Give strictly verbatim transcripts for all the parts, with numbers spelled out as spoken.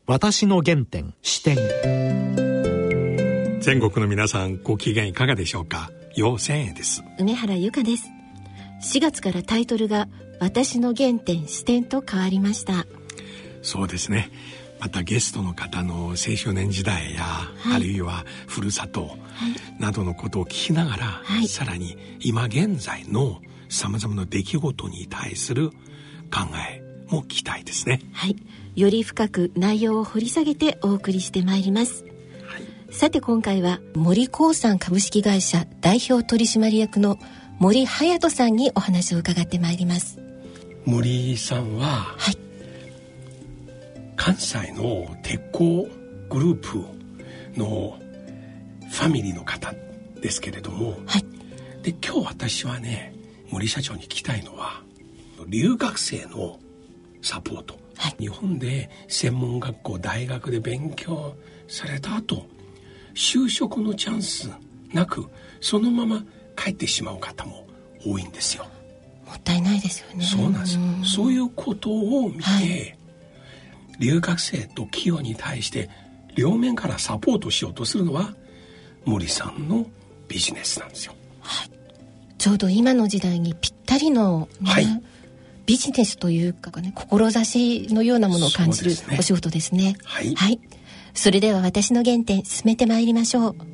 私の原点視点。 全国の皆さん、ご機嫌いかがでしょうか。陽千恵です。 梅原由香です。しがつからタイトルが私の原点視点と変わりました。 そうですね。またゲストの方の青少年時代や、はい、あるいはふるさとなどのことを聞きながら、はい、さらに今現在のさまざまな出来事に対する考えも聞きたいですね。 はい、より深く内容を掘り下げてお送りしてまいります。はい、さて今回は森興産株式会社代表取締役の森隼人さんにお話を伺ってまいります。 森さんは、はい、関西の鉄鋼グループのファミリーの方ですけれども、はい、で今日私はね、森社長に聞きたいのは留学生のサポート、はい、日本で専門学校大学で勉強された後、就職のチャンスなくそのまま帰ってしまう方も多いんですよ。 もったいないですよね。 そうなんですよ。そういうことを見て、はい、留学生と企業に対して両面からサポートしようとするのは森さんのビジネスなんですよ。 はい、ちょうど今の時代にぴったりの、ね、はい、ビジネスというかね、志のようなものを感じるお仕事ですね。はい、はい、それでは私の原点進めてまいりましょう。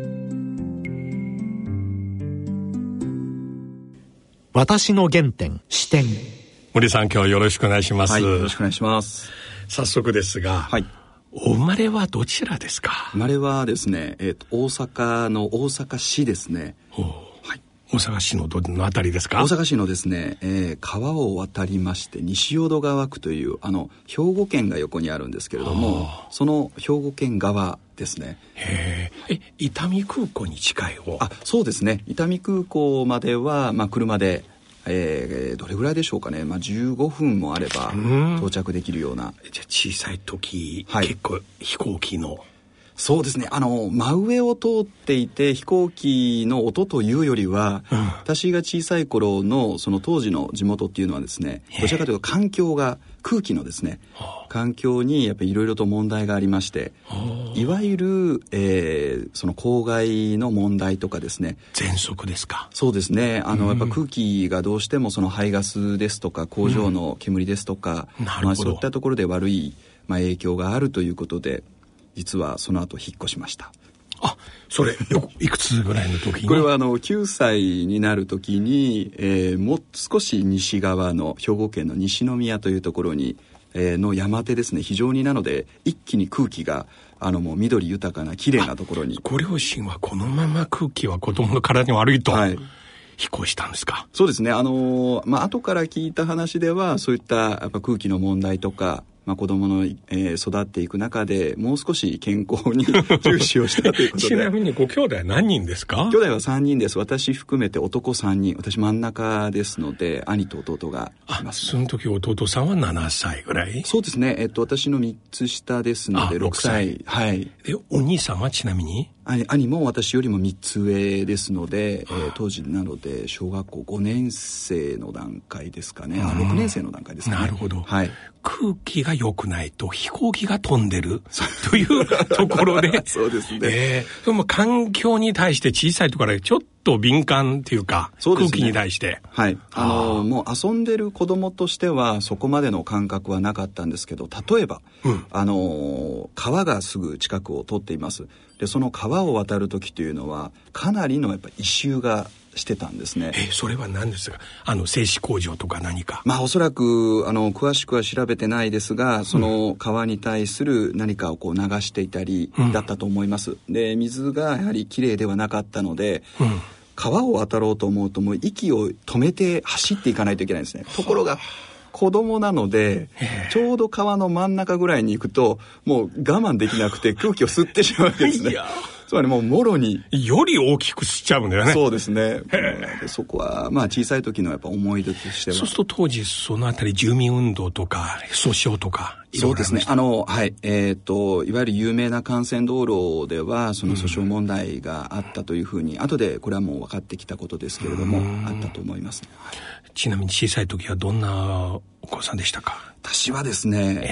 私の原点視点。 森さん、今日よろしくお願いします。 はい、よろしくお願いします。 早速ですが、はい、お生まれはどちらですか？ 生まれはですね、えーと、大阪の大阪市ですね。 はい、大阪市のどのあたりですか？ 大阪市のですね、えー、川を渡りまして西淀川区というあの兵庫県が横にあるんですけれども、その兵庫県側ですね。 へえ、伊丹空港に近い方？ あ、そうですね。伊丹空港までは、まあ、車でえー、どれぐらいでしょうかね、まあ、じゅうごふんもあれば到着できるような。 じゃあ小さい時、はい、結構飛行機の。 そうですね、あの真上を通っていて飛行機の音というよりは、うん、私が小さい頃のその当時の地元っていうのはですね、どちらかというと環境が空気のですね環境にやっぱりいろいろと問題がありまして、いわゆる、えー、その公害の問題とかですね。 喘息ですか？ そうですね、あの、うん、やっぱ空気がどうしてもその排ガスですとか工場の煙ですとか、うん、まあ、そういったところで悪い、まあ、影響があるということで、実はその後引っ越しました。 あ、それいくつぐらいの時に？ これはあのきゅうさいになる時に、えー、もう少し西側の兵庫県の西宮というところに、えー、の山手ですね。非常になので一気に空気があのもう緑豊かな綺麗なところに。 ご両親はこのまま空気は子供の体に悪いと、はい、引っ越したんですか？ そうですね、あのー、まあ後から聞いた話ではそういったやっぱ空気の問題とか、まあ、子供の、えー、育っていく中でもう少し健康に重視をしたということで。 ちなみにご兄弟は何人ですか？ 兄弟はさんにんです。私含めて男さんにん、私真ん中ですので兄と弟がいます、ね。 あ、その時弟さんはななさいぐらい？ そうですね、えっと、私のみっつ下ですのでろくさい。はい。 でお兄さんはちなみに？ 兄, 兄も私よりもみっつ上ですので、えー、当時なので小学校ごねん生の段階ですかね。あ、ろくねん生の段階ですかね。 なるほど、 はい、 空気が良くないと飛行機が飛んでるというところでそうですね、 えー、その環境に対して小さいところでちょっと敏感っていうか、そうですね、空気に対して、 はい、あのもう遊んでる子供としてはそこまでの感覚はなかったんですけど、例えば、うん、あの川がすぐ近くを通っています。でその川を渡る時というのはかなりのやっぱ異臭がしてたんですね。 えそれは何ですか？あの製紙工場とか何か？ まあおそらくあの詳しくは調べてないですが、その川に対する何かをこう流していたりだったと思います、うん、で水がやはりきれいではなかったので、うん、川を渡ろうと思うともう息を止めて走っていかないといけないんですね。ところが子供なのでちょうど川の真ん中ぐらいに行くともう我慢できなくて空気を吸ってしまうんですね。いやつまりもうもろにより大きく吸っちゃうんだよね。 そうですね。でそこはまあ小さい時のやっぱ思い出としては。 そうすると当時そのあたり住民運動とか訴訟とかいろいろありました。 そうですね。あのはいえっといわゆる有名な幹線道路ではその訴訟問題があったというふうに、うん、後でこれはもう分かってきたことですけれどもあったと思いますね。はい、 ちなみに小さい時はどんなお子さんでしたか？ 私はですね、えー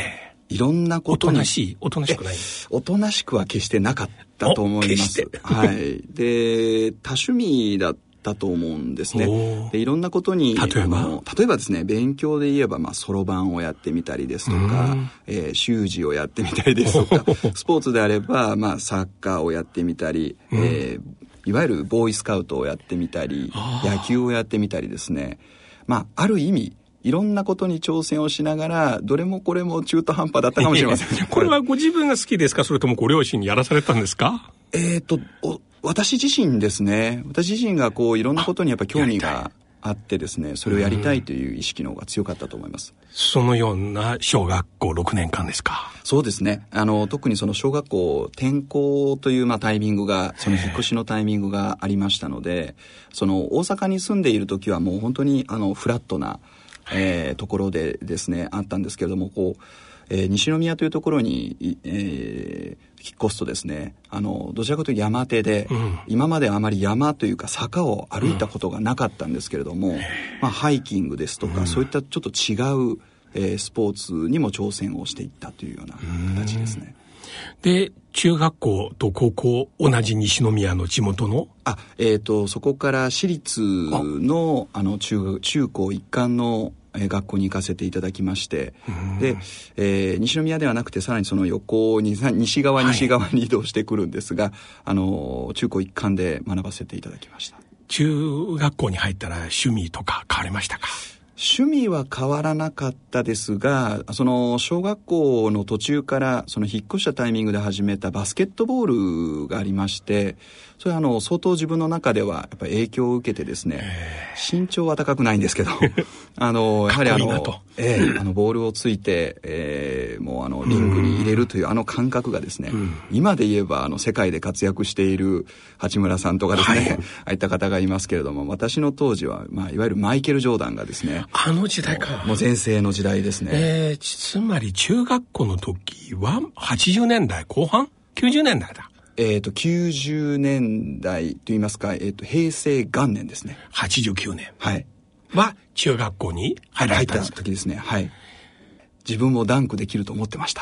いろんなことにおとなしいおとなしくないおとなしくは決してなかったと思います。はい、で多趣味だったと思うんですね。でいろんなことに例えばあの例えばですね、勉強で言えばまあそろばんをやってみたりですとか、えー、習字をやってみたりですとかスポーツであればまあサッカーをやってみたり、えー、いわゆるボーイスカウトをやってみたり野球をやってみたりですね、まあある意味いろんなことに挑戦をしながらどれもこれも中途半端だったかもしれません。 これはご自分が好きですか、それともご両親にやらされたんですか？ えーと私自身ですね、私自身がこういろんなことにやっぱ興味があってですね、それをやりたいという意識の方が強かったと思います。 そのような小学校ろくねんかんですか？ そうですね、あの特にその小学校転校というまあタイミングがその引っ越しのタイミングがありましたので、その大阪に住んでいる時はもう本当にあのフラットなえー、ところでですねあったんですけれども、こう、えー、西宮というところに、えー、引っ越すとですね、あのどちらかというと山手で、うん、今まであまり山というか坂を歩いたことがなかったんですけれども、うん、まあ、ハイキングですとか、うん、そういったちょっと違う、えー、スポーツにも挑戦をしていったというような形ですね。 で中学校と高校同じ西宮の地元のあ、えー、とそこから私立のあの 中, 中高一貫の学校に行かせていただきまして、で、えー、西宮ではなくてさらにその横に西側西側に移動してくるんですが、はい、あの中高一貫で学ばせていただきました。 中学校に入ったら趣味とか変わりましたか？ 趣味は変わらなかったですが、その小学校の途中からその引っ越したタイミングで始めたバスケットボールがありまして、それはあの相当自分の中ではやっぱり影響を受けてですね、身長は高くないんですけどあのやはりあのかっこいいなと、 えー、あのボールをついて、えー、もうあのリングに入れるというあの感覚がですね、うん、今で言えばあの世界で活躍している八村さんとかですね、はい、ああいった方がいますけれども、私の当時は、まあ、いわゆるマイケル・ジョーダンがですね、 あの時代か、 もう全盛の時代ですね。 えー、つまり中学校の時ははちじゅうねんだいこう半きゅうじゅうねんだいだ。 えーと、きゅうじゅうねんだいといいますか、えーと、平成元年ですね。 はちじゅうきゅうねん。 はい。 は中学校に入られたんですか？ 入った時ですね。はい。自分もダンクできると思ってました。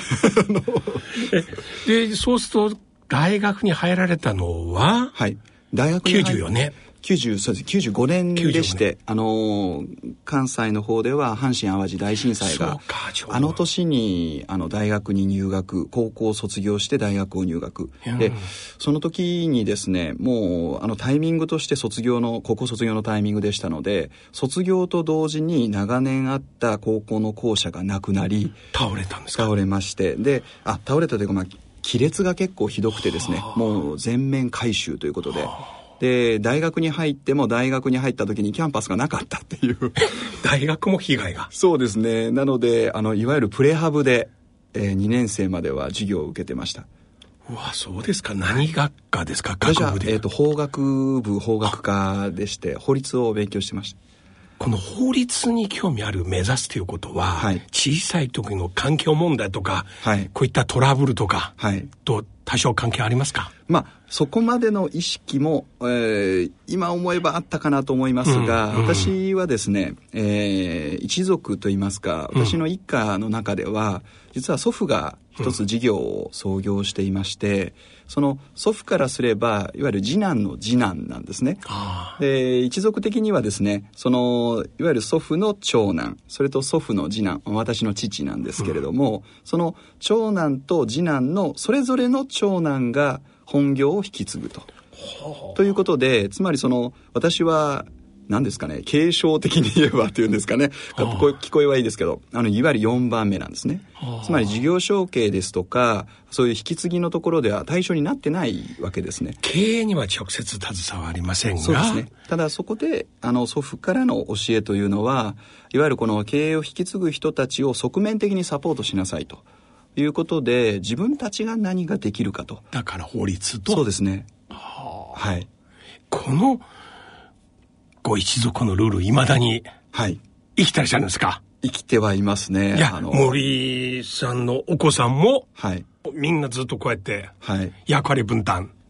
で、そうすると大学に入られたのは、 はい。大学に入きゅうじゅうよねん。 きゅうじゅう、そうです。きゅうじゅうごねんでして、あのー、関西の方では阪神淡路大震災が、あの年に、あの、大学に入学、高校を卒業して大学を入学。で、その時にですね、もう、あの、タイミングとして卒業の、高校卒業のタイミングでしたので、卒業と同時に長年あった高校の校舎がなくなり、 倒れたんですか？ 倒れまして、で、あ、倒れたというか、まあ、亀裂が結構ひどくてですね、もう全面改修ということで、で大学に入っても大学に入った時にキャンパスがなかったっていう大学も被害が。 そうですね。なのであのいわゆるプレハブで、えー、にねん生までは授業を受けてました。 うわ、そうですか。何学科ですか？学部で。 えーと法学部法学科でして法律を勉強してました。 この法律に興味ある目指すということは、はい、小さい時の環境問題とか、はい、こういったトラブルとか、はい、と多少関係ありますか？ まあそこまでの意識も、えー、今思えばあったかなと思いますが、うんうん、私はですね、えー、一族といいますか、私の一家の中では、うん、実は祖父が一つ事業を創業していまして、うん、その祖父からすればいわゆる次男の次男なんですね。で一族的にはですね、そのいわゆる祖父の長男、それと祖父の次男、私の父なんですけれども、うん、その長男と次男のそれぞれの長男が本業を引き継ぐと。ということで、つまりその私は何ですかね、継承的に言えばというんですかね、聞こえはいいですけど、あのいわゆるよんばんめなんですね。つまり事業承継ですとかそういう引き継ぎのところでは対象になってないわけですね。 経営には直接携わりませんが、 そうですね。ただそこであの祖父からの教えというのは、いわゆるこの経営を引き継ぐ人たちを側面的にサポートしなさいということで、自分たちが何ができるかと。 だから法律と。 そうですね。はあ、はい。 このご一族のルール、いまだに生きてらっしゃるんですか？はい、 生きてはいますね。 いや、あの森さんのお子さんも、 はい、 みんなずっとこうやって役割分担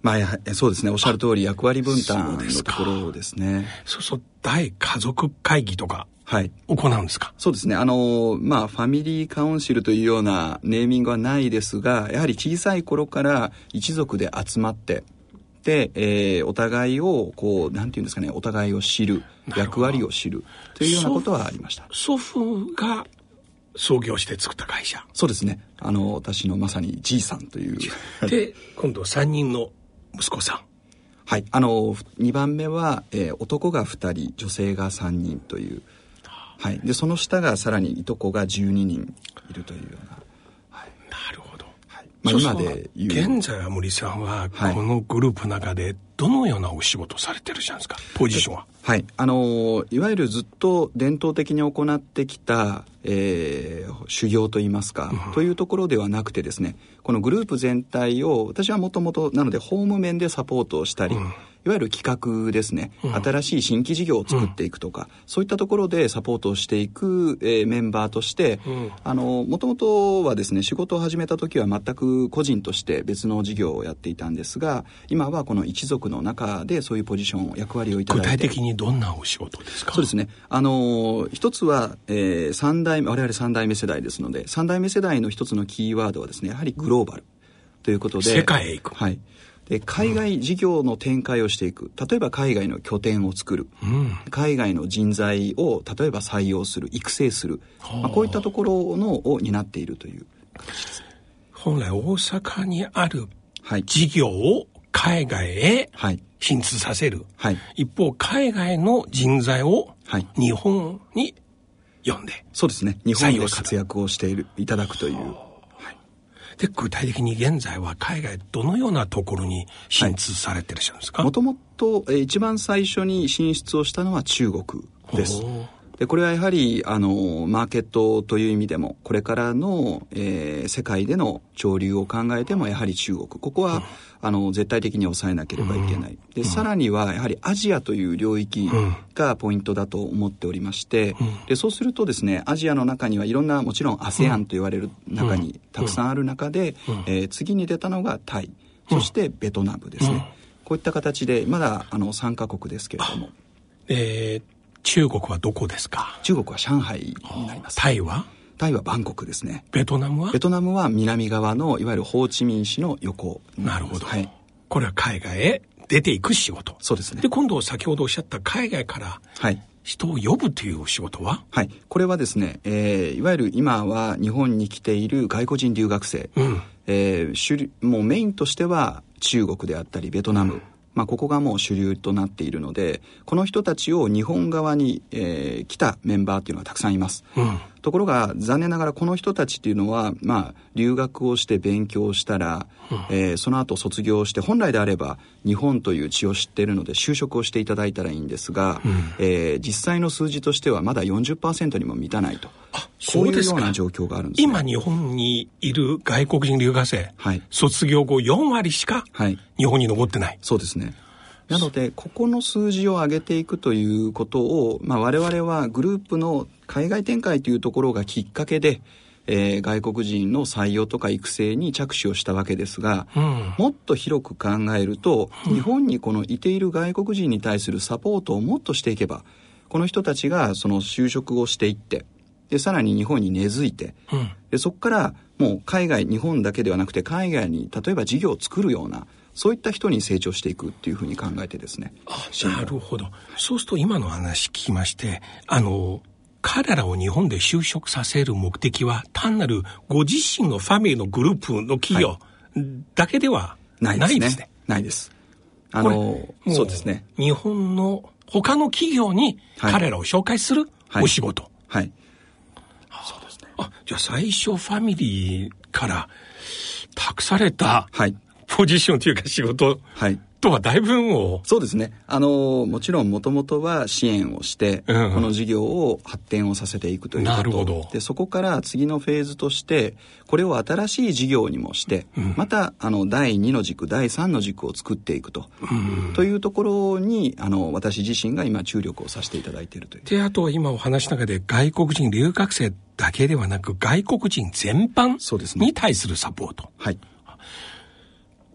まあ、そうですね。おっしゃる通り役割分担のところですね。 そうそう、大家族会議とか行うんですか？ はい、そうですね。あの、まあ、ファミリーカウンシルというようなネーミングはないですが、やはり小さい頃から一族で集まって、で、えー、お互いを、こう、なんていうんですかね、お互いを知る、役割を知るというようなことはありました。 祖父が創業して作った会社。 そうですね。あの、私のまさにじいさんという。 で、今度さんにんの息子さん。 はい。あの、にばんめは、えー、男がふたり、女性がさんにんという。はい。で、その下がさらにいとこがじゅうににんいるというような。 はい。なるほど。 はい。まあ、今で言う。現在は森さんは、このグループの中でどのようなお仕事をされてるじゃないですか、ポジションは。 はい。あの、いわゆるずっと伝統的に行ってきた、えー、修行といいますか、うん、というところではなくてですね、このグループ全体を、私はもともとなので法務面でサポートをしたり、うん、いわゆる企画ですね、うん、新しい新規事業を作っていくとか、うん、そういったところでサポートをしていく、えー、メンバーとして、うん、あの、もともとはですね、仕事を始めた時は全く個人として別の事業をやっていたんですが、今はこの一族の中でそういうポジション、役割をいただいて。 具体的にどんなお仕事ですか？ そうですね。あの、一つは、えー、三代目、我々三代目世代ですので、三代目世代の一つのキーワードはですね、やはりグローバルということで。 世界へ行く。 はい。で、海外事業の展開をしていく。例えば海外の拠点を作る。うん、海外の人材を例えば採用する、育成する。まあ、こういったところのを担っているという形ですね。 本来大阪にある事業を海外へ進出させる。はい、一方、海外の人材を日本に呼んで、はい、 そうですね。日本で活躍をしているいただくという。 で、具体的に現在は海外どのようなところに進出されていらっしゃるんですか？ もともと一番最初に進出をしたのは中国です。で、これはやはりあのマーケットという意味でもこれからの、えー、世界での潮流を考えてもやはり中国、ここは、うん、あの絶対的に抑えなければいけない、うん、で、さらにはやはりアジアという領域がポイントだと思っておりまして、うん、でそうするとですね、アジアの中にはいろんな、もちろん アセアン と言われる中にたくさんある中で、うん、えー、次に出たのがタイ、そしてベトナムですね、うん、こういった形でまだあのさんカ国ですけれども、 えー中国はどこですか？ 中国は上海になります。 タイは？ タイはバンコクですね。 ベトナムは？ ベトナムは南側のいわゆるホーチミン市の横。 なるほど。はい。これは海外へ出ていく仕事。 そうですね。 で、今度先ほどおっしゃった海外から人を呼ぶという仕事は？ はい。これはですね、えー、いわゆる今は日本に来ている外国人留学生、うん、えー、主もうメインとしては中国であったりベトナム、うん、まあ、ここがもう主流となっているので、この人たちを日本側に、えー、来たメンバーっていうのはたくさんいます、うん、ところが残念ながらこの人たちっていうのは、まあ、留学をして勉強したら、うん、えー、その後卒業して本来であれば日本という地を知っているので就職をしていただいたらいいんですが、うん、えー、実際の数字としてはまだ よんじゅっパーセント にも満たないと。 あ、そうですか。 こういうような状況があるんですね。 今日本にいる外国人留学生、はい、卒業後よんわりしか日本に残ってない、はい、 そうですね。なのでここの数字を上げていくということを、まあ、我々はグループの海外展開というところがきっかけで、えー、外国人の採用とか育成に着手をしたわけですが、うん、もっと広く考えると、うん、日本にこのいている外国人に対するサポートをもっとしていけば、この人たちがその就職をしていって、でさらに日本に根付いて、うん、でそこからもう海外、日本だけではなくて海外に例えば事業を作るような、そういった人に成長していくっていうふうに考えてですね。 あ、なるほど。そうすると今の話聞きまして、あの彼らを日本で就職させる目的は単なるご自身のファミリーのグループの企業だけではないですね。ないですね。 ないです。あのそうですね。 日本の他の企業に彼らを紹介するお仕事。 はい。はいはい、そうですね。あ、じゃあ最初ファミリーから託された、はい、ポジションというか仕事とはだいぶもう、 そうですね。あのもちろんもともとは支援をして、うん、この事業を発展をさせていくということ。 なるほど。 でそこから次のフェーズとしてこれを新しい事業にもして、うん、またあのだいにの軸だいさんの軸を作っていくと、うん、というところにあの私自身が今注力をさせていただいているという。 であと今お話の中で外国人留学生だけではなく外国人全般に対するサポート。 はい。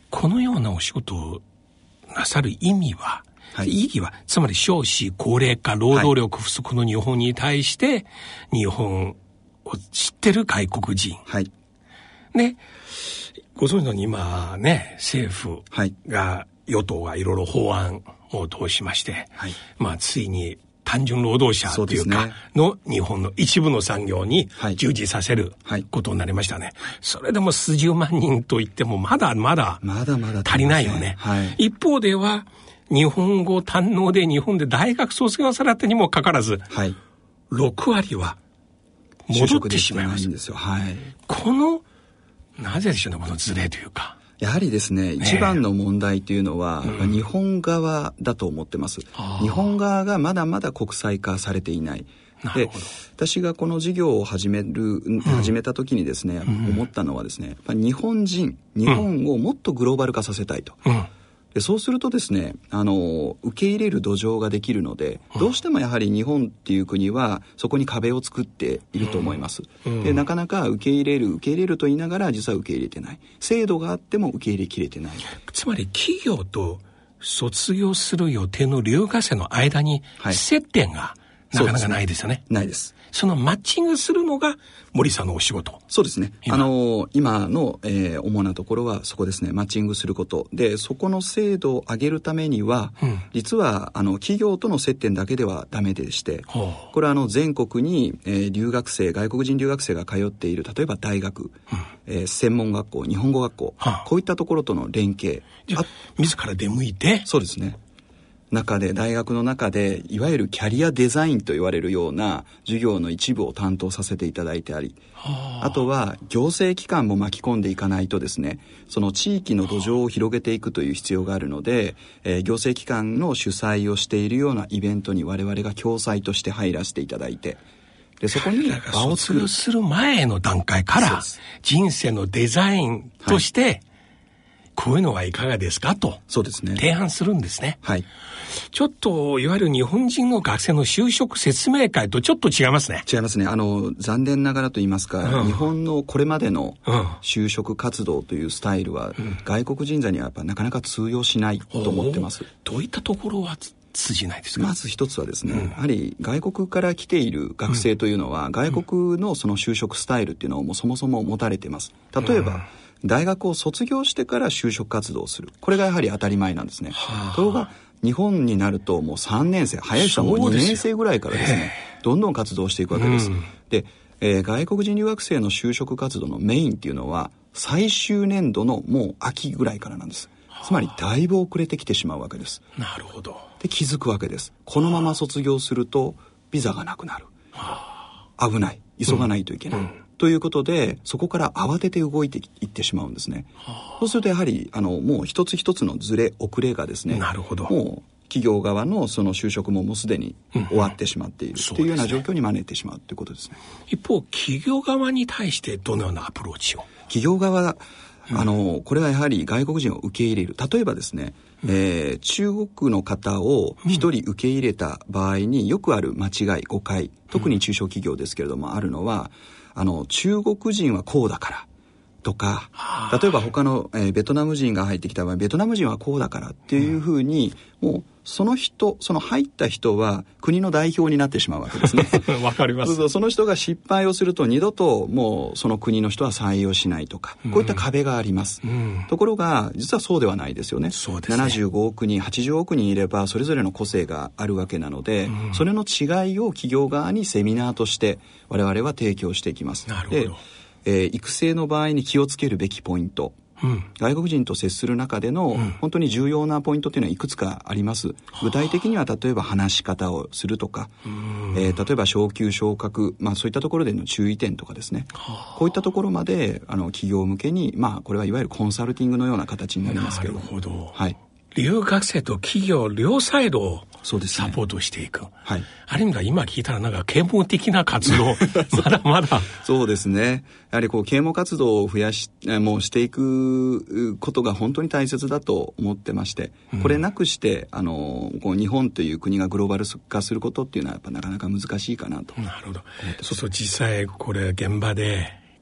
このようなお仕事をなさる意味は、はい、意義はつまり少子高齢化労働力不足の日本に対して、はい、日本を知ってる外国人、はい、でご存知のように今ね政府が、はい、与党がいろいろ法案を通しまして、はい、まあついに単純労働者というかの日本の一部の産業に従事させることになりましたね、はいはい、それでも数十万人といってもまだまだ足りないよね、はい、一方では日本語堪能で日本で大学卒業されたにもかかわらず、はい、ろく割は戻ってしまいます。んですよ、はい、このなぜでしょうね、このズレというか。 やはりですね、一番の問題というのは、ね、日本側だと思ってます、うん、日本側がまだまだ国際化されていない。で、私がこの事業を始める、うん、始めた時にですね、うん、思ったのはですね、やっぱ日本人日本をもっとグローバル化させたいと、うん、でそうするとですね、あの受け入れる土壌ができるので、どうしてもやはり日本っていう国はそこに壁を作っていると思います、うん、でなかなか受け入れる受け入れると言いながら実は受け入れてない、制度があっても受け入れきれてない。 つまり企業と卒業する予定の留学生の間に接点がなかなかないですよね、はい、 ないです。 そのマッチングするのが森さんのお仕事。 そうですね、今あの今の、えー、主なところはそこですね、マッチングすることで、そこの精度を上げるためには、うん、実はあの企業との接点だけではダメでして、これはあの全国に、えー、留学生外国人留学生が通っている例えば大学、うんえー、専門学校日本語学校、はあ、こういったところとの連携、 じゃあ自ら出向いて。 そうですね、中で大学の中でいわゆるキャリアデザインと言われるような授業の一部を担当させていただいてあり、はあ、あとは行政機関も巻き込んでいかないとですね、その地域の土壌を広げていくという必要があるので、えー、行政機関の主催をしているようなイベントに我々が共催として入らせていただいて、でそこに場を作る。 卒業する前の段階から人生のデザインとして、はい、こういうのはいかがですかと提案するんですね。 はい。 ちょっといわゆる日本人の学生の就職説明会とちょっと違いますね。 違いますね。あの残念ながらと言いますか、うん、日本のこれまでの就職活動というスタイルは、うん、外国人材にはやっぱなかなか通用しないと思ってます。 どういったところは通じないですか。 まず一つはですね、うん、やはり外国から来ている学生というのは、うん、外国のその就職スタイルっていうのをもうそもそも持たれています。例えば、うん大学を卒業してから就職活動をする、これがやはり当たり前なんですね。ところが日本になるともうさんねん生、早い人はもうにねん生ぐらいからですね、どんどん活動していくわけです、うん、で、えー、外国人留学生の就職活動のメインっていうのは最終年度のもう秋ぐらいからなんです。つまりだいぶ遅れてきてしまうわけです。 なるほど。 で気づくわけです。このまま卒業するとビザがなくなる、危ない、急がないといけない、うんうんということで、そこから慌てて動いていってしまうんですね。はあ、そうするとやはりあのもう一つ一つのズレ遅れがですね、 なるほど、 もう企業側のその就職ももうすでに終わってしまっているというような状況に招いてしまうということですね。 一方、企業側に対してどのようなアプローチを。 企業側、あのこれはやはり外国人を受け入れる。例えばですね、うんえー、中国の方を一人受け入れた場合によくある間違い誤解、特に中小企業ですけれどもあるのは、あの中国人はこうだからとか、例えば他の、えー、ベトナム人が入ってきた場合、ベトナム人はこうだからっていうふうに、うん、もうその人その入った人は国の代表になってしまうわけですね。 わかります。 そ, その人が失敗をすると二度ともうその国の人は採用しないとか、こういった壁があります、うん、ところが実はそうではないですよね。 そうですね。 ななじゅうごおく人はちじゅうおく人いればそれぞれの個性があるわけなので、うん、それの違いを企業側にセミナーとして我々は提供していきます。 なるほど。 で、えー、育成の場合に気をつけるべきポイント、うん、外国人と接する中での本当に重要なポイントというのはいくつかあります、うん、具体的には例えば話し方をするとか、えー、例えば昇給昇格、まあ、そういったところでの注意点とかですね、こういったところまであの企業向けに、まあ、これはいわゆるコンサルティングのような形になりますけど。 なるほど、 はい、 留学生と企業両サイドをサポートしていく、 ねはい、ある意味が今聞いたらなんか啓蒙的な活動まだまだそうですね。やはりこう啓蒙活動を増やしもうしていくことが本当に大切だと思ってまして、うん、これなくしてあのこう日本という国がグローバル化することっていうのはやっぱなかなか難しいかなと。 なるほど。そうそう、実際これ現場で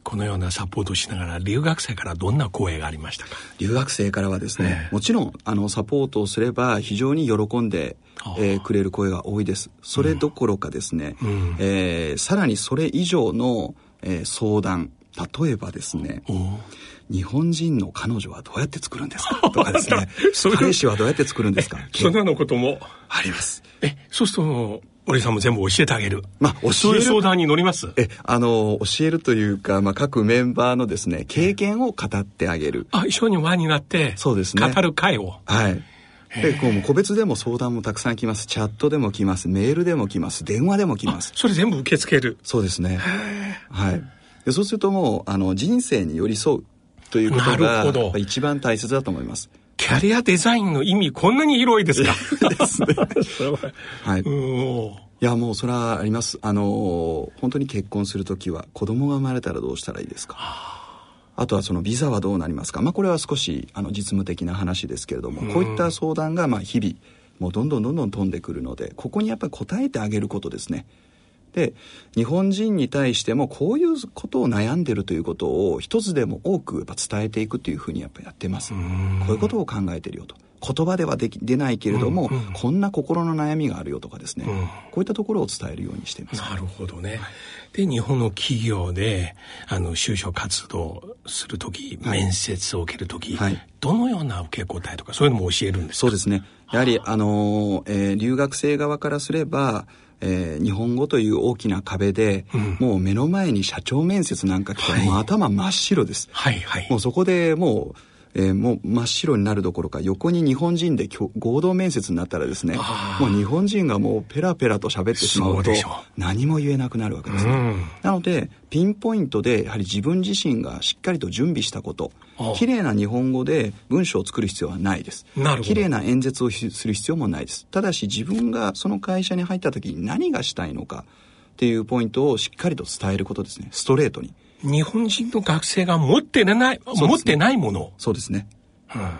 このようなサポートをしながら留学生からどんな声がありましたか？ 留学生からはですね、えー、もちろんあのサポートをすれば非常に喜んで、えー、くれる声が多いです。それどころかですね、うんえー、さらにそれ以上の、えー、相談、例えばですね、日本人の彼女はどうやって作るんですかとかですね彼氏はどうやって作るんですかそんなのこともあります。 えそうすると森さんも全部教えてあげる。 まあ、教える。 そういう相談に乗ります。 え、あの、教えるというか、まあ、各メンバーのですね、経験を語ってあげる。 あ、一緒に輪になって、 そうですね。 語る会を。 はい。で、こう個別でも相談もたくさん来ます。チャットでも来ます。メールでも来ます。電話でも来ます。 それ全部受け付ける。 そうですね。はい。で、そうするともう、あの、人生に寄り添うということが、一番大切だと思います。 キャリアデザインの意味こんなに広いですか？ ですね。はい。いやもうそれはあります。あの本当に結婚するときは子供が生まれたらどうしたらいいですか。あとはそのビザはどうなりますか。まあこれは少しあの実務的な話ですけれども、こういった相談がまあ日々もうどんどんどんどん飛んでくるので、ここにやっぱり答えてあげることですね。で日本人に対してもこういうことを悩んでるということを一つでも多くやっぱ伝えていくというふうにやっぱやってます。こういうことを考えてるよと、言葉ではでき出ないけれども、うんうん、こんな心の悩みがあるよとかですね、うん、こういったところを伝えるようにしています。 なるほどね、はい、で日本の企業であの就職活動するとき、はい、面接を受けるとき、はい、どのような受け答えとかそういうのも教えるんですか？ そうですね、やはりあの、えー、留学生側からすればえー、日本語という大きな壁で、うん、もう目の前に社長面接なんか来たら、はい、もう頭真っ白です、 はいはい、 もうそこでもう、えー、もう真っ白になるどころか横に日本人で合同面接になったらですね、もう日本人がもうペラペラと喋ってしまうと何も言えなくなるわけですね、うん、なのでピンポイントでやはり自分自身がしっかりと準備したこと、綺麗な日本語で文章を作る必要はないです。綺麗な演説をする必要もないです。ただし自分がその会社に入った時に何がしたいのかっていうポイントをしっかりと伝えることですね。ストレートに日本人の学生が持ってない、持ってないもの。 そうですね、うんはい、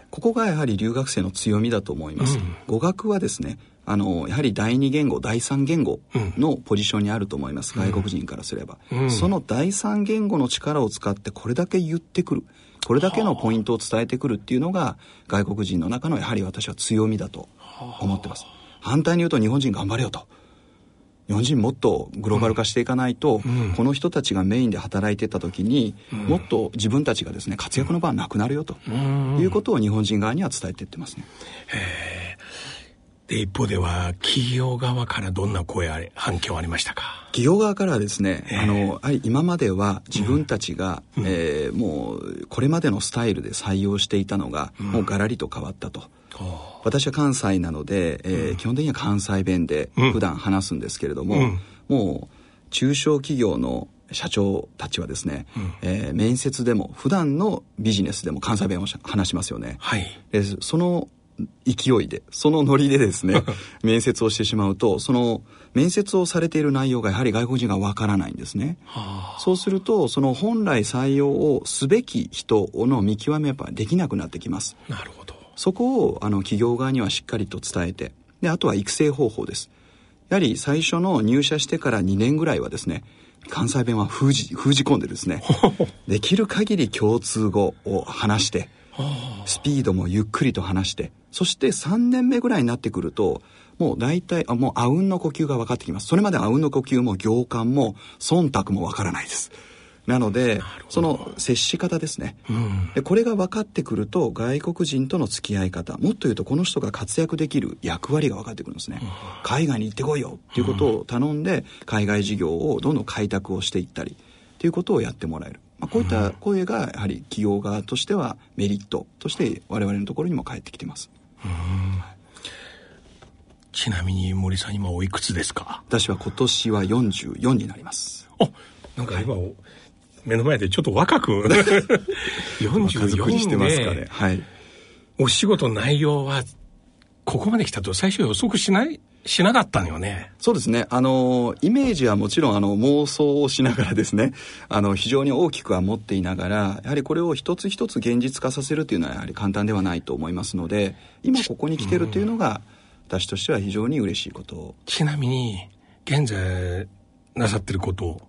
ここがやはり留学生の強みだと思います、うん、語学はですねあのやはり第二言語第三言語のポジションにあると思います、うん、外国人からすれば、うん、その第三言語の力を使ってこれだけ言ってくる、これだけのポイントを伝えてくるっていうのが外国人の中のやはり私は強みだと思ってます。反対に言うと日本人頑張れよと、日本人もっとグローバル化していかないと、うん、この人たちがメインで働いていた時に、うん、もっと自分たちがですね活躍の場はなくなるよと、うん、いうことを日本人側には伝えていってますね。 へー。で一方では企業側からどんな声あれ反響ありましたか？ 企業側からはですね、あの今までは自分たちが、うんえー、もうこれまでのスタイルで採用していたのが、うん、もうガラリと変わったと。私は関西なので、えーうん、基本的には関西弁で普段話すんですけれども、うん、もう中小企業の社長たちはですね、うんえー、面接でも普段のビジネスでも関西弁を話しますよね、 はい、 でその勢いでそのノリでですね面接をしてしまうと、その面接をされている内容がやはり外国人がわからないんですね。そうするとその本来採用をすべき人の見極めはできなくなってきます。 なるほど。 そこをあの企業側にはしっかりと伝えて、であとは育成方法です。やはり最初の入社してからにねんぐらいはですね関西弁は封じ、封じ込んでですねできる限り共通語を話してスピードもゆっくりと話して、そしてさんねんめぐらいになってくるともう大体あもうあうんの呼吸が分かってきます。それまであうんの呼吸も行間も忖度も分からないです。なのでその接し方ですね、うん、でこれが分かってくると外国人との付き合い方、もっと言うとこの人が活躍できる役割が分かってくるんですね、うん、海外に行ってこいよっていうことを頼んで海外事業をどんどん開拓をしていったりっていうことをやってもらえる、まあ、こういった声がやはり企業側としてはメリットとして我々のところにも返ってきています、うん、 ちなみに森さん今おいくつですか？ 私は今年はよんじゅうよんになります。 あ、なんか今、はい目の前でちょっと若くよんじゅうよんしてますかね、はい、 お仕事内容はここまで来たと最初予測しないしなかったのよね。 そうですね、あのイメージはもちろんあの妄想をしながらですねあの非常に大きくは持っていながら、やはりこれを一つ一つ現実化させるというのはやはり簡単ではないと思いますので、今ここに来てるというのが私としては非常に嬉しいこと。 ちなみに現在なさってること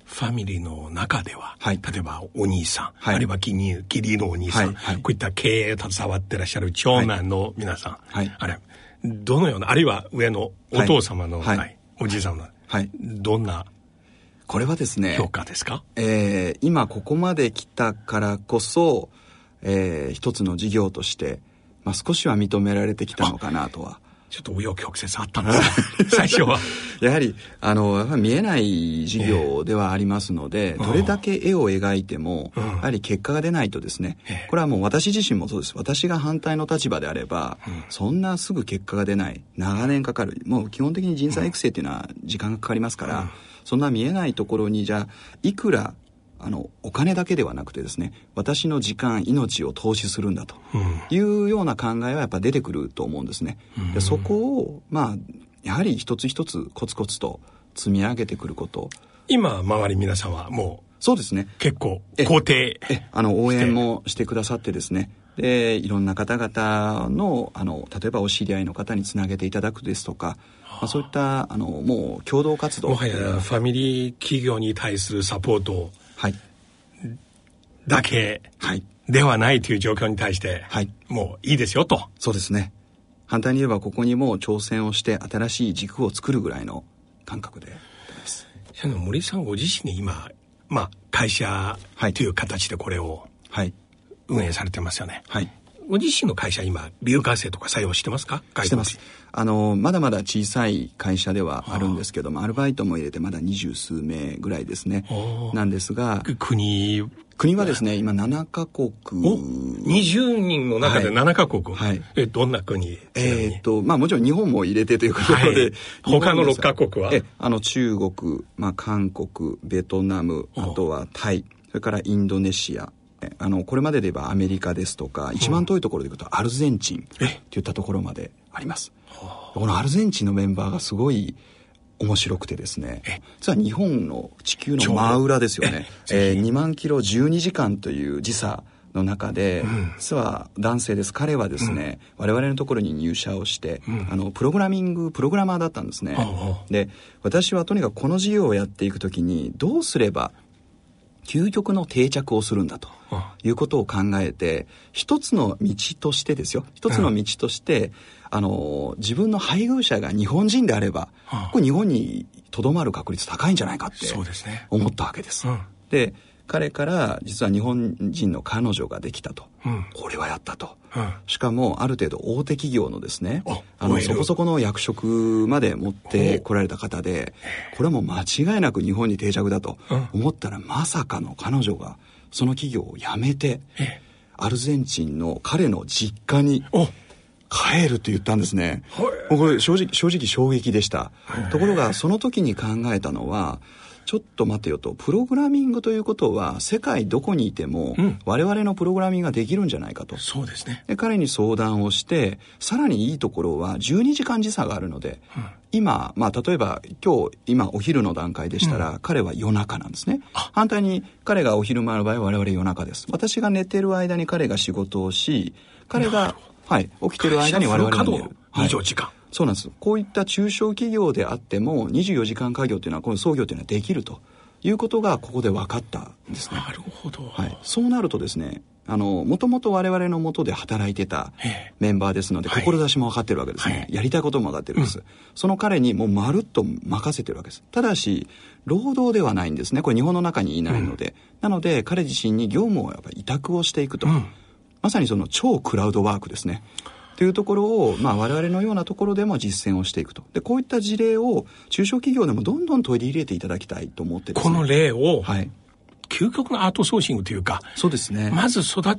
ファミリーの中では、 はい、 例えばお兄さん、 はい、 あるいは義理、義理のお兄さん、はいはい、こういった経営を携わってらっしゃる長男の皆さん、はい、あれどのような、あるいは上のお父様の、はいはい、おじいさんの、はい、どんなこれはですね評価ですか？ えー、今ここまで来たからこそ、えー、一つの事業として、まあ、少しは認められてきたのかなとは。 ちょっと紆余曲折あったんですね最初はやはりあのやっぱり見えない事業ではありますので、えー、どれだけ絵を描いても、うん、やはり結果が出ないとですね、えー、これはもう私自身もそうです。私が反対の立場であれば、うん、そんなすぐ結果が出ない、長年かかる、もう基本的に人材育成っていうのは時間がかかりますから、うん、そんな見えないところにじゃあいくらあのお金だけではなくてですね、私の時間命を投資するんだというような考えはやっぱ出てくると思うんですね。でそこをまあやはり一つ一つコツコツと積み上げてくること。 今周り皆さんはもうそうですね、 結構肯定えあの応援もしてくださってですね、でいろんな方々のあの例えばお知り合いの方につなげていただくですとか、まあ、そういったあのもう共同活動、 もはやファミリー企業に対するサポートをはい、 だけではないという状況に対して、はい、もういいですよと。 そうですね。反対に言えばここにも挑戦をして新しい軸を作るぐらいの感覚でです。 森さんご自身で今、まあ、会社という形でこれを運営されてますよね。はい。ご自身の会社今留学生とか採用してますか？ してます。あのまだまだ小さい会社ではあるんですけども、アルバイトも入れてまだ二十数名ぐらいですね。なんですが、 国国はですね今ななカ国。 にじゅうにんの中でななカ国。はい。えどんな国？ えー、っとまあもちろん日本も入れてということで、はい、 他のろっカ国は？ えあの中国、まあ韓国、ベトナム、あとはタイ、それからインドネシア。あのこれまでで言えばアメリカですとか、一番遠いところで言うとアルゼンチンといったところまであります。このアルゼンチンのメンバーがすごい面白くてですね、実は日本の地球の真裏ですよね。えー、にまんキロじゅうにじかんという時差の中で、うん、実は男性です。彼はですね、うん、我々のところに入社をして、うん、あのプログラミングプログラマーだったんですね。で私はとにかくこの事業をやっていくときにどうすれば究極の定着をするんだということを考えて、一つの道としてですよ、一つの道として、うん、あの自分の配偶者が日本人であれば、うん、これ日本にとどまる確率高いんじゃないかって思ったわけです。うん、で彼から実は日本人の彼女ができたと、うん、これはやったと、うん、しかもある程度大手企業のですね、あのそこそこの役職まで持ってこられた方で、これはもう間違いなく日本に定着だと思ったら、まさかの彼女がその企業を辞めてアルゼンチンの彼の実家に帰ると言ったんですね。これ正直正直衝撃でした。ところがその時に考えたのは、ちょっと待てよと、プログラミングということは世界どこにいても我々のプログラミングができるんじゃないかと、うん、 そうですね。 で彼に相談をして、さらにいいところはじゅうにじかん時差があるので、うん、今、まあ、例えば今日今お昼の段階でしたら、うん、彼は夜中なんですね。反対に彼がお昼前の場合は我々夜中です。私が寝てる間に彼が仕事をし、彼が、はい、起きてる間に我々が寝るにじゅうよじかん、 はい、そうなんです。こういった中小企業であってもにじゅうよじかん稼業というのは、この創業というのはできるということがここで分かったんですね。 なるほど、 はい、そうなるとですね、あのもともと我々の下で働いてたメンバーですので、志も分かってるわけですね、はい、やりたいことも分かってるんです、うん、その彼にもうまるっと任せてるわけです。ただし労働ではないんですね。これ日本の中にいないので、うん、なので彼自身に業務をやっぱり委託をしていくと、うん、まさにその超クラウドワークですねというところを、まあ、我々のようなところでも実践をしていくと。でこういった事例を中小企業でもどんどん取り入れていただきたいと思ってですね、 この例を、はい、究極のアートソーシングというか、 そうですね、 まず育って、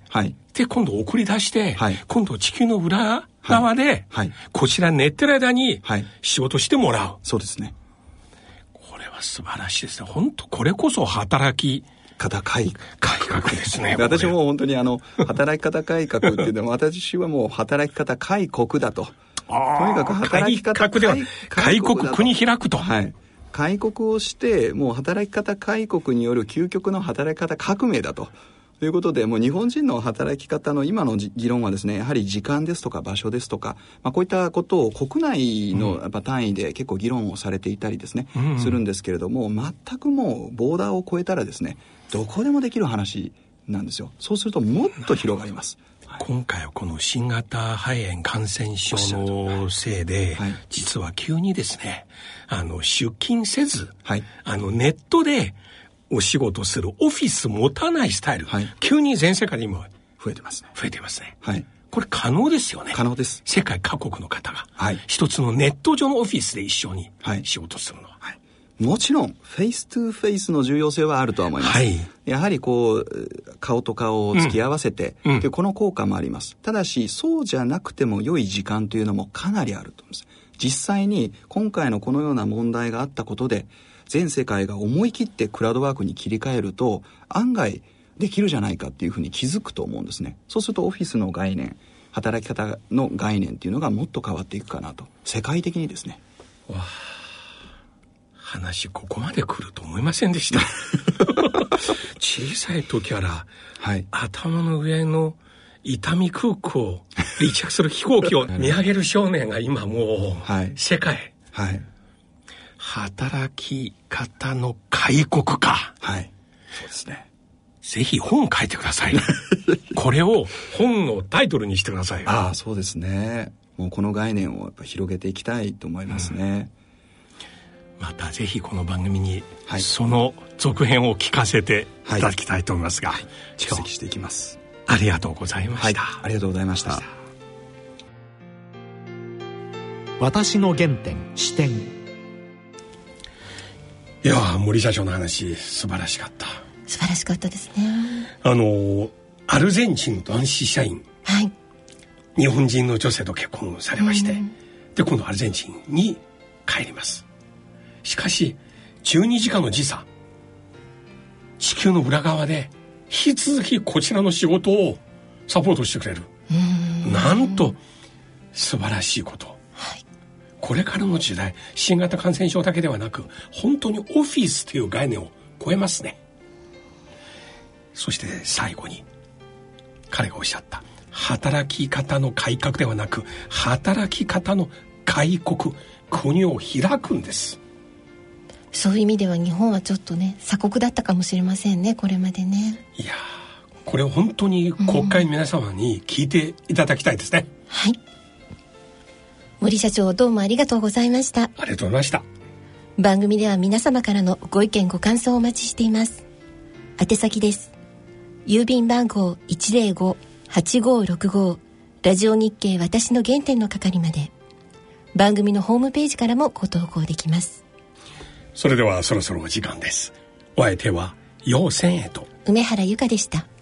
はい、で今度送り出して、はい、今度地球の裏側で、はいはい、こちら寝てる間に仕事してもらう、はい、 そうですね。 これは素晴らしいですね。本当これこそ働き方改革ですね。 私も本当にあの働き方改革っていうのは私はもう働き方開国だと。とにかく働き方改革では開国国開くと。 はい。開国をしてもう働き方改革による究極の働き方革命だと。 ということで、もう日本人の働き方の今の議論はですね、やはり時間ですとか場所ですとか、まあ、こういったことを国内のやっぱ単位で結構議論をされていたりですね、うん、するんですけれども、全くもうボーダーを超えたらですね、どこでもできる話なんですよ。そうするともっと広がります。 今回はこの新型肺炎感染症のせいで、はい、実は急にですね、あの出勤せず、はい、あのネットでお仕事するオフィス持たないスタイル、はい、急に全世界で今増えてますね。 増えてますね。 はい。 これ可能ですよね。 可能です。 世界各国の方が、はい、一つのネット上のオフィスで一緒に仕事するのは。 はいはい、もちろんフェイストゥフェイスの重要性はあるとは思います。はい、やはりこう顔と顔を突き合わせて、うん、でこの効果もあります。ただしそうじゃなくても良い時間というのもかなりあると思います。実際に今回のこのような問題があったことで、全世界が思い切ってクラウドワークに切り替えると案外できるじゃないかっていうふうに気づくと思うんですね。そうするとオフィスの概念、働き方の概念っていうのがもっと変わっていくかなと、世界的にですね。 わあ、話ここまで来ると思いませんでした小さい時から、はい、頭の上の伊丹空港を離着する飛行機を見上げる少年が今もう、はい、世界、はい、働き方の開国か。 はい。そうですね。 ぜひ本書いてください。これを本のタイトルにしてくださいよ。 ああ、そうですね。もうこの概念をやっぱ広げていきたいと思いますね。 うん、またぜひこの番組に、はい、その続編を聞かせていただきたいと思いますが、はい、 蓄積していきます。 ありがとうございました。 はい、ありがとうございました。 私の原点、視点。 いやー、森社長の話素晴らしかった。 素晴らしかったですね。 あのアルゼンチンの男子社員、はい、日本人の女性と結婚されまして、うん、で今度アルゼンチンに帰ります。しかしじゅうにじかんの時差、地球の裏側で引き続きこちらの仕事をサポートしてくれる。うん、なんと素晴らしいこと。はい、これからの時代、新型感染症だけではなく本当にオフィスという概念を超えますね。そして最後に彼がおっしゃった、働き方の改革ではなく働き方の開国、国を開くんです。 そういう意味では日本はちょっとね鎖国だったかもしれませんね、これまでね。 いや、これを本当に国会の皆様に聞いていただきたいですね。うん、 はい、森社長、どうもありがとうございました。 ありがとうございました。 番組では皆様からのご意見ご感想をお待ちしています。宛先です。郵便番号 いちゼロご はちごろくご ラジオ日経私の原点の係まで。番組のホームページからもご投稿できます。 それではそろそろお時間です。お相手は陽千恵と梅原由香でした。